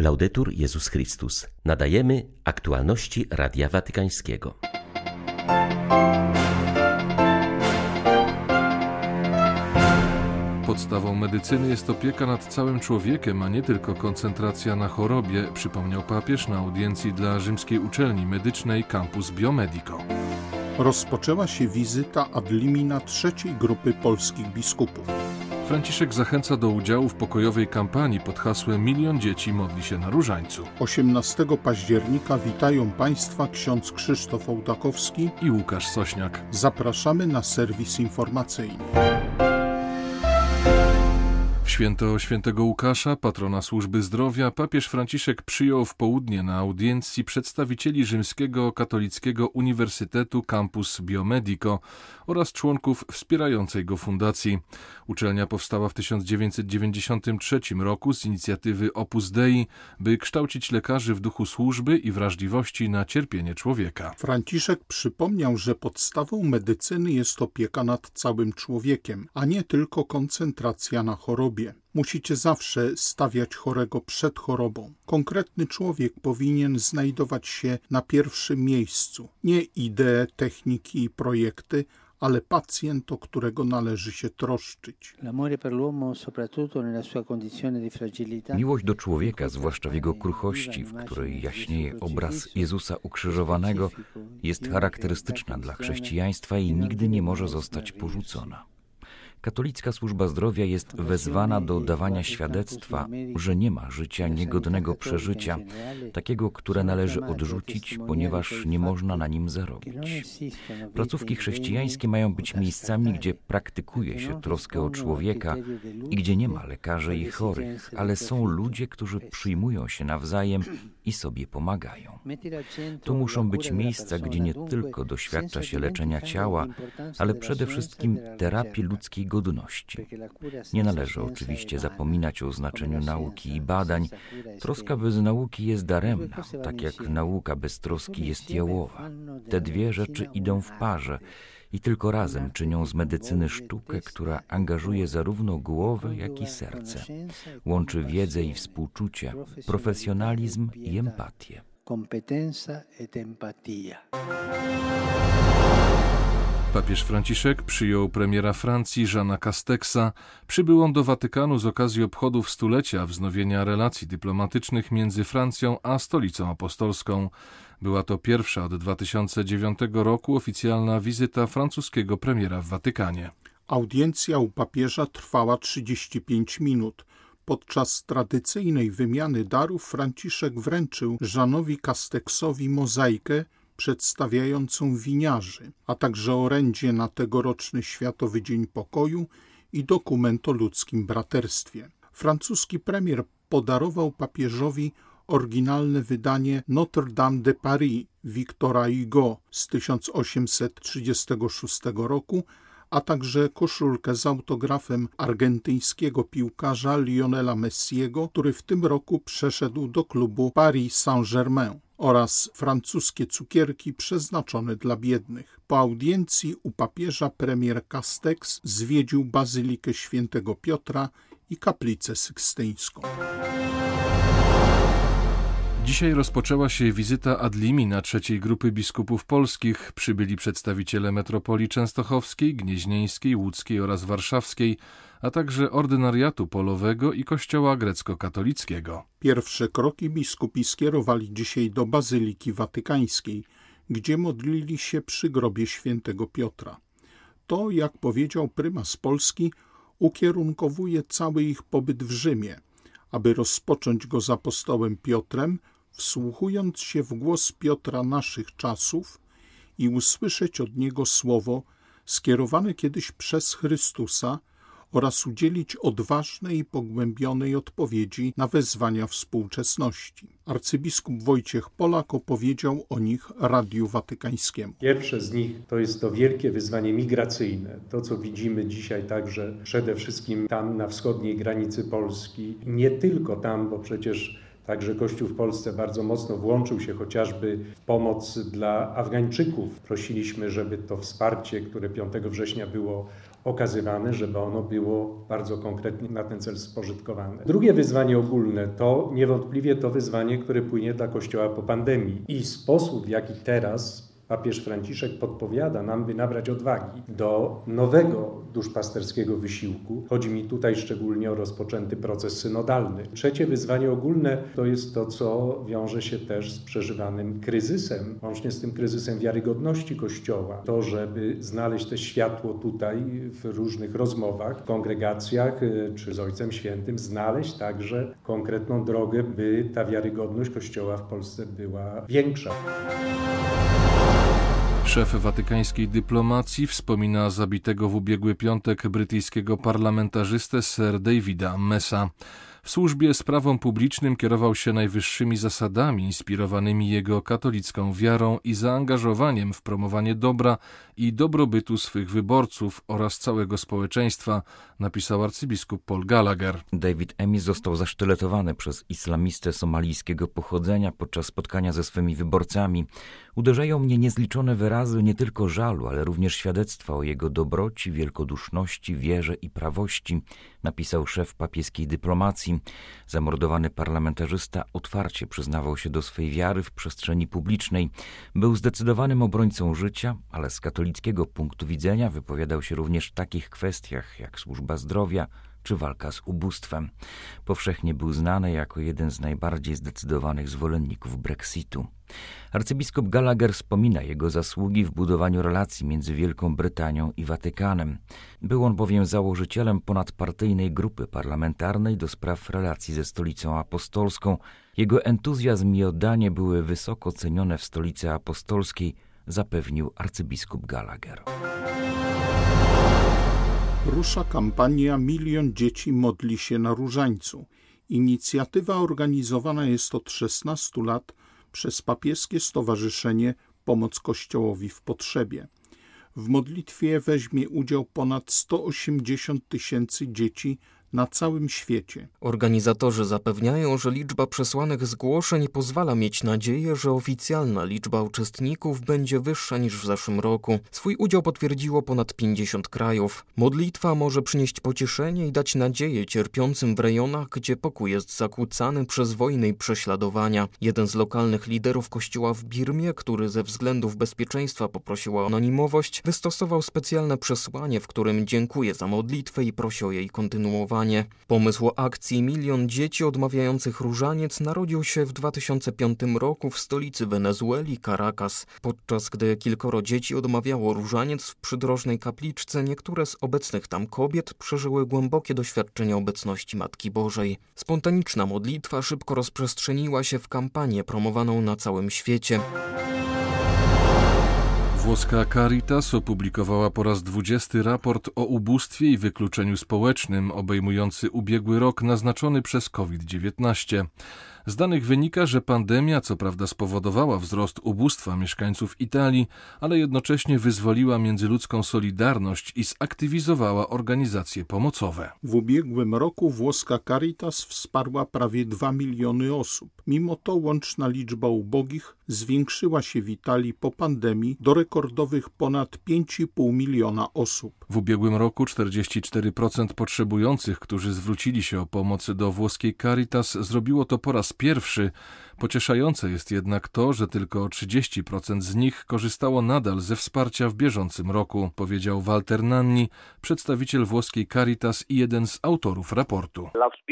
Laudetur Jezus Chrystus. Nadajemy aktualności Radia Watykańskiego. Podstawą medycyny jest opieka nad całym człowiekiem, a nie tylko koncentracja na chorobie, przypomniał papież na audiencji dla rzymskiej uczelni medycznej Campus Biomedico. Rozpoczęła się wizyta ad limina trzeciej grupy polskich biskupów. Franciszek zachęca do udziału w pokojowej kampanii pod hasłem „Milion dzieci modli się na różańcu”. 18 października witają Państwa ksiądz Krzysztof Ołdakowski i Łukasz Sośniak. Zapraszamy na serwis informacyjny. W święto świętego Łukasza, patrona służby zdrowia, papież Franciszek przyjął w południe na audiencji przedstawicieli Rzymskiego Katolickiego Uniwersytetu Campus Biomedico oraz członków wspierającej go fundacji. Uczelnia powstała w 1993 roku z inicjatywy Opus Dei, by kształcić lekarzy w duchu służby i wrażliwości na cierpienie człowieka. Franciszek przypomniał, że podstawą medycyny jest opieka nad całym człowiekiem, a nie tylko koncentracja na chorobie. Musicie zawsze stawiać chorego przed chorobą. Konkretny człowiek powinien znajdować się na pierwszym miejscu. Nie idee, techniki i projekty, ale pacjent, o którego należy się troszczyć. Miłość do człowieka, zwłaszcza w jego kruchości, w której jaśnieje obraz Jezusa ukrzyżowanego, jest charakterystyczna dla chrześcijaństwa i nigdy nie może zostać porzucona. Katolicka służba zdrowia jest wezwana do dawania świadectwa, że nie ma życia niegodnego przeżycia, takiego, które należy odrzucić, ponieważ nie można na nim zarobić. Placówki chrześcijańskie mają być miejscami, gdzie praktykuje się troskę o człowieka i gdzie nie ma lekarzy i chorych, ale są ludzie, którzy przyjmują się nawzajem i sobie pomagają. To muszą być miejsca, gdzie nie tylko doświadcza się leczenia ciała, ale przede wszystkim terapii ludzkiej godności. Nie należy oczywiście zapominać o znaczeniu nauki i badań. Troska bez nauki jest daremna, tak jak nauka bez troski jest jałowa. Te dwie rzeczy idą w parze i tylko razem czynią z medycyny sztukę, która angażuje zarówno głowę, jak i serce. Łączy wiedzę i współczucie, profesjonalizm i empatię. Papież Franciszek przyjął premiera Francji Jeana Castexa. Przybył on do Watykanu z okazji obchodów stulecia wznowienia relacji dyplomatycznych między Francją a Stolicą Apostolską. Była to pierwsza od 2009 roku oficjalna wizyta francuskiego premiera w Watykanie. Audiencja u papieża trwała 35 minut. Podczas tradycyjnej wymiany darów Franciszek wręczył Jeanowi Castexowi mozaikę przedstawiającą winiarzy, a także orędzie na tegoroczny Światowy Dzień Pokoju i dokument o ludzkim braterstwie. Francuski premier podarował papieżowi oryginalne wydanie Notre-Dame de Paris Victora Hugo z 1836 roku, a także koszulkę z autografem argentyńskiego piłkarza Lionela Messiego, który w tym roku przeszedł do klubu Paris Saint-Germain, oraz francuskie cukierki przeznaczone dla biednych. Po audiencji u papieża premier Castex zwiedził Bazylikę Świętego Piotra i kaplicę sykstyńską. Dzisiaj rozpoczęła się wizyta ad limina trzeciej grupy biskupów polskich. Przybyli przedstawiciele metropolii częstochowskiej, gnieźnieńskiej, łódzkiej oraz warszawskiej, a także ordynariatu polowego i kościoła grecko-katolickiego. Pierwsze kroki biskupi skierowali dzisiaj do Bazyliki Watykańskiej, gdzie modlili się przy grobie świętego Piotra. To, jak powiedział prymas Polski, ukierunkowuje cały ich pobyt w Rzymie, aby rozpocząć go z apostołem Piotrem, wsłuchując się w głos Piotra naszych czasów i usłyszeć od niego słowo skierowane kiedyś przez Chrystusa oraz udzielić odważnej i pogłębionej odpowiedzi na wezwania współczesności. Arcybiskup Wojciech Polak opowiedział o nich Radiu Watykańskiemu. Pierwsze z nich to jest to wielkie wyzwanie migracyjne. To, co widzimy dzisiaj także przede wszystkim tam na wschodniej granicy Polski. Nie tylko tam, bo przecież także Kościół w Polsce bardzo mocno włączył się chociażby w pomoc dla Afgańczyków. Prosiliśmy, żeby to wsparcie, które 5 września było okazywane, żeby ono było bardzo konkretnie na ten cel spożytkowane. Drugie wyzwanie ogólne to niewątpliwie to wyzwanie, które płynie dla Kościoła po pandemii i sposób, w jaki teraz papież Franciszek podpowiada nam, by nabrać odwagi do nowego duszpasterskiego wysiłku. Chodzi mi tutaj szczególnie o rozpoczęty proces synodalny. Trzecie wyzwanie ogólne to jest to, co wiąże się też z przeżywanym kryzysem, łącznie z tym kryzysem wiarygodności Kościoła. To, żeby znaleźć też światło tutaj w różnych rozmowach, w kongregacjach czy z Ojcem Świętym, znaleźć także konkretną drogę, by ta wiarygodność Kościoła w Polsce była większa. Szef watykańskiej dyplomacji wspomina zabitego w ubiegły piątek brytyjskiego parlamentarzystę Sir Davida Ammesa. W służbie sprawom publicznym kierował się najwyższymi zasadami inspirowanymi jego katolicką wiarą i zaangażowaniem w promowanie dobra i dobrobytu swych wyborców oraz całego społeczeństwa, napisał arcybiskup Paul Gallagher. David Amis został zasztyletowany przez islamistę somalijskiego pochodzenia podczas spotkania ze swymi wyborcami. Uderzają mnie niezliczone wyrazy nie tylko żalu, ale również świadectwa o jego dobroci, wielkoduszności, wierze i prawości, napisał szef papieskiej dyplomacji. Zamordowany parlamentarzysta otwarcie przyznawał się do swej wiary w przestrzeni publicznej. Był zdecydowanym obrońcą życia, ale z katolickiego punktu widzenia wypowiadał się również w takich kwestiach jak służba zdrowia czy walka z ubóstwem. Powszechnie był znany jako jeden z najbardziej zdecydowanych zwolenników Brexitu. Arcybiskup Gallagher wspomina jego zasługi w budowaniu relacji między Wielką Brytanią i Watykanem. Był on bowiem założycielem ponadpartyjnej grupy parlamentarnej do spraw relacji ze Stolicą Apostolską. Jego entuzjazm i oddanie były wysoko cenione w Stolicy Apostolskiej, zapewnił arcybiskup Gallagher. Rusza kampania Milion dzieci modli się na różańcu. Inicjatywa organizowana jest od 16 lat przez papieskie stowarzyszenie Pomoc Kościołowi w Potrzebie. W modlitwie weźmie udział ponad 180 000 dzieci na całym świecie. Organizatorzy zapewniają, że liczba przesłanych zgłoszeń pozwala mieć nadzieję, że oficjalna liczba uczestników będzie wyższa niż w zeszłym roku. Swój udział potwierdziło ponad 50 krajów. Modlitwa może przynieść pocieszenie i dać nadzieję cierpiącym w rejonach, gdzie pokój jest zakłócany przez wojny i prześladowania. Jeden z lokalnych liderów kościoła w Birmie, który ze względów bezpieczeństwa poprosił o anonimowość, wystosował specjalne przesłanie, w którym dziękuje za modlitwę i prosi o jej kontynuowanie. Pomysł akcji Milion dzieci odmawiających różaniec narodził się w 2005 roku w stolicy Wenezueli, Caracas. Podczas gdy kilkoro dzieci odmawiało różaniec w przydrożnej kapliczce, niektóre z obecnych tam kobiet przeżyły głębokie doświadczenie obecności Matki Bożej. Spontaniczna modlitwa szybko rozprzestrzeniła się w kampanię promowaną na całym świecie. Włoska Caritas opublikowała po raz 20 raport o ubóstwie i wykluczeniu społecznym, obejmujący ubiegły rok naznaczony przez COVID-19. Z danych wynika, że pandemia co prawda spowodowała wzrost ubóstwa mieszkańców Italii, ale jednocześnie wyzwoliła międzyludzką solidarność i zaktywizowała organizacje pomocowe. W ubiegłym roku włoska Caritas wsparła prawie 2 miliony osób. Mimo to łączna liczba ubogich zwiększyła się w Italii po pandemii do rekordowych ponad 5,5 miliona osób. W ubiegłym roku 44% potrzebujących, którzy zwrócili się o pomoc do włoskiej Caritas, zrobiło to po raz pierwszy. Pocieszające jest jednak to, że tylko 30% z nich korzystało nadal ze wsparcia w bieżącym roku, powiedział Walter Nanni, przedstawiciel włoskiej Caritas i jeden z autorów raportu.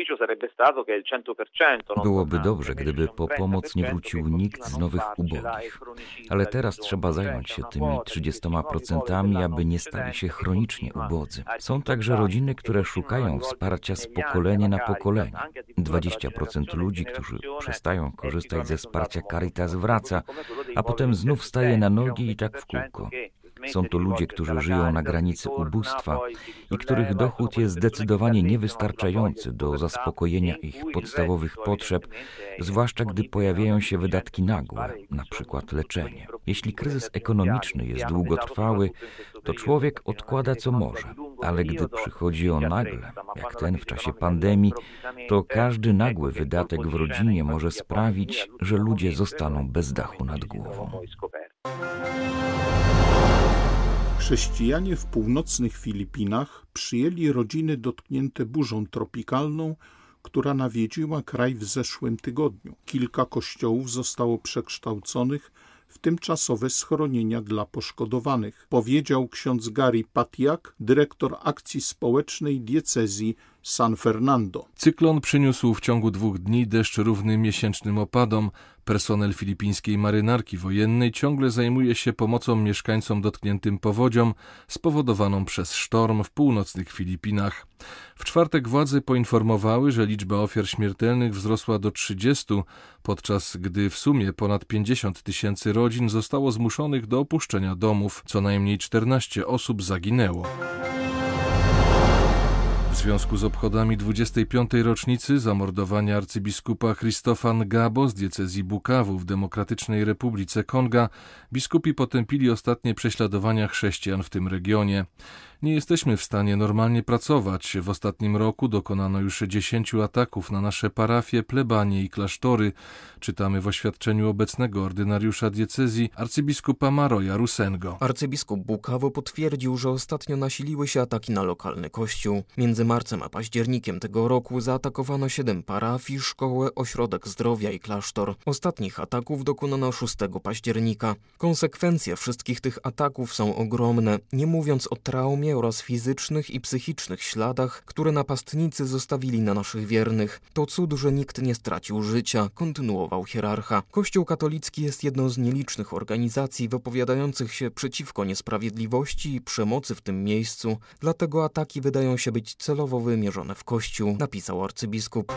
Byłoby dobrze, gdyby po pomoc nie wrócił nikt z nowych ubogich. Ale teraz trzeba zająć się tymi 30%, aby nie stali się chronicznie ubodzy. Są także rodziny, które szukają wsparcia z pokolenia na pokolenie. 20% ludzi, którzy przestają korzystać ze wsparcia Caritas, wraca, a potem znów staje na nogi i tak w kółko. Są to ludzie, którzy żyją na granicy ubóstwa i których dochód jest zdecydowanie niewystarczający do zaspokojenia ich podstawowych potrzeb, zwłaszcza gdy pojawiają się wydatki nagłe, na przykład leczenie. Jeśli kryzys ekonomiczny jest długotrwały, to człowiek odkłada co może, ale gdy przychodzi on nagle, jak ten w czasie pandemii, to każdy nagły wydatek w rodzinie może sprawić, że ludzie zostaną bez dachu nad głową. Chrześcijanie w północnych Filipinach przyjęli rodziny dotknięte burzą tropikalną, która nawiedziła kraj w zeszłym tygodniu. Kilka kościołów zostało przekształconych w tymczasowe schronienia dla poszkodowanych, powiedział ksiądz Gary Patiak, dyrektor akcji społecznej diecezji San Fernando. Cyklon przyniósł w ciągu 2 dni deszcz równy miesięcznym opadom. Personel filipińskiej marynarki wojennej ciągle zajmuje się pomocą mieszkańcom dotkniętym powodzią spowodowaną przez sztorm w północnych Filipinach. W czwartek władze poinformowały, że liczba ofiar śmiertelnych wzrosła do 30, podczas gdy w sumie ponad 50 000 rodzin zostało zmuszonych do opuszczenia domów. Co najmniej 14 osób zaginęło. W związku z obchodami 25. rocznicy zamordowania arcybiskupa Christopha Ngabo z diecezji Bukawu w Demokratycznej Republice Konga, biskupi potępili ostatnie prześladowania chrześcijan w tym regionie. Nie jesteśmy w stanie normalnie pracować. W ostatnim roku dokonano już 10 ataków na nasze parafie, plebanie i klasztory. Czytamy w oświadczeniu obecnego ordynariusza diecezji arcybiskupa Maroja Rusengo. Arcybiskup Bukawu potwierdził, że ostatnio nasiliły się ataki na lokalny kościół. Między marcem a październikiem tego roku zaatakowano 7 parafii, szkołę, ośrodek zdrowia i klasztor. Ostatnich ataków dokonano 6 października. Konsekwencje wszystkich tych ataków są ogromne, nie mówiąc o traumie oraz fizycznych i psychicznych śladach, które napastnicy zostawili na naszych wiernych. To cud, że nikt nie stracił życia, kontynuował hierarcha. Kościół katolicki jest jedną z nielicznych organizacji wypowiadających się przeciwko niesprawiedliwości i przemocy w tym miejscu, dlatego ataki wydają się być celowo wymierzone w Kościół, napisał arcybiskup.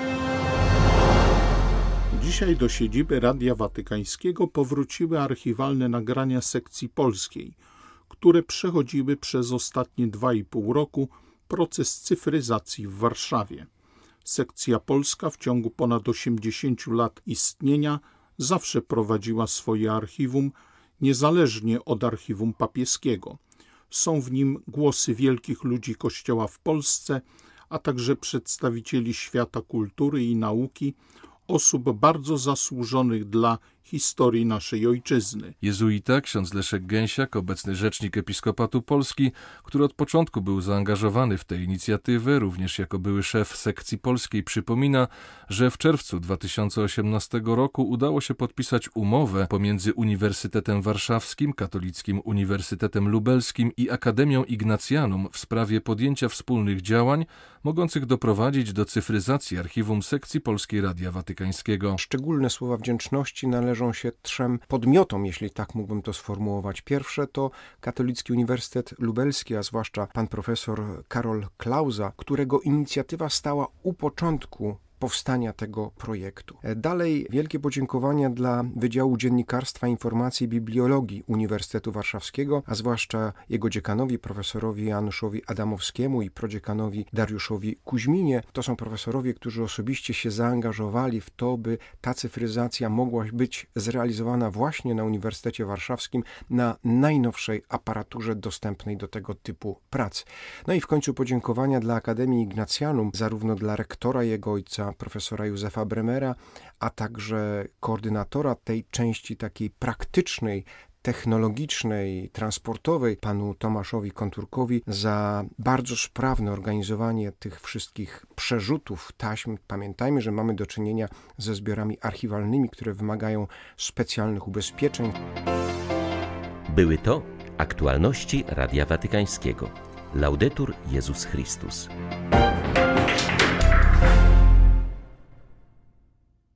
Dzisiaj do siedziby Radia Watykańskiego powróciły archiwalne nagrania sekcji polskiej, które przechodziły przez ostatnie 2,5 roku proces cyfryzacji w Warszawie. Sekcja polska w ciągu ponad 80 lat istnienia zawsze prowadziła swoje archiwum, niezależnie od archiwum papieskiego. Są w nim głosy wielkich ludzi Kościoła w Polsce, a także przedstawicieli świata kultury i nauki, osób bardzo zasłużonych dla historii naszej ojczyzny. Jezuita ksiądz Leszek Gęsiak, obecny rzecznik Episkopatu Polski, który od początku był zaangażowany w tę inicjatywę, również jako były szef sekcji polskiej, przypomina, że w czerwcu 2018 roku udało się podpisać umowę pomiędzy Uniwersytetem Warszawskim, Katolickim Uniwersytetem Lubelskim i Akademią Ignatianum w sprawie podjęcia wspólnych działań mogących doprowadzić do cyfryzacji archiwum sekcji polskiej Radia Watykańskiego. Szczególne słowa wdzięczności należą się 3 podmiotom, jeśli tak mógłbym to sformułować. Pierwsze to Katolicki Uniwersytet Lubelski, a zwłaszcza pan profesor Karol Klauza, którego inicjatywa stała u początku powstania tego projektu. Dalej wielkie podziękowania dla Wydziału Dziennikarstwa, Informacji i Bibliologii Uniwersytetu Warszawskiego, a zwłaszcza jego dziekanowi, profesorowi Januszowi Adamowskiemu i prodziekanowi Dariuszowi Kuźminie. To są profesorowie, którzy osobiście się zaangażowali w to, by ta cyfryzacja mogła być zrealizowana właśnie na Uniwersytecie Warszawskim na najnowszej aparaturze dostępnej do tego typu prac. No i w końcu podziękowania dla Akademii Ignatianum, zarówno dla rektora jego ojca, profesora Józefa Bremera, a także koordynatora tej części takiej praktycznej, technologicznej, transportowej, panu Tomaszowi Konturkowi, za bardzo sprawne organizowanie tych wszystkich przerzutów taśm. Pamiętajmy, że mamy do czynienia ze zbiorami archiwalnymi, które wymagają specjalnych ubezpieczeń. Były to aktualności Radia Watykańskiego. Laudetur Jezus Chrystus.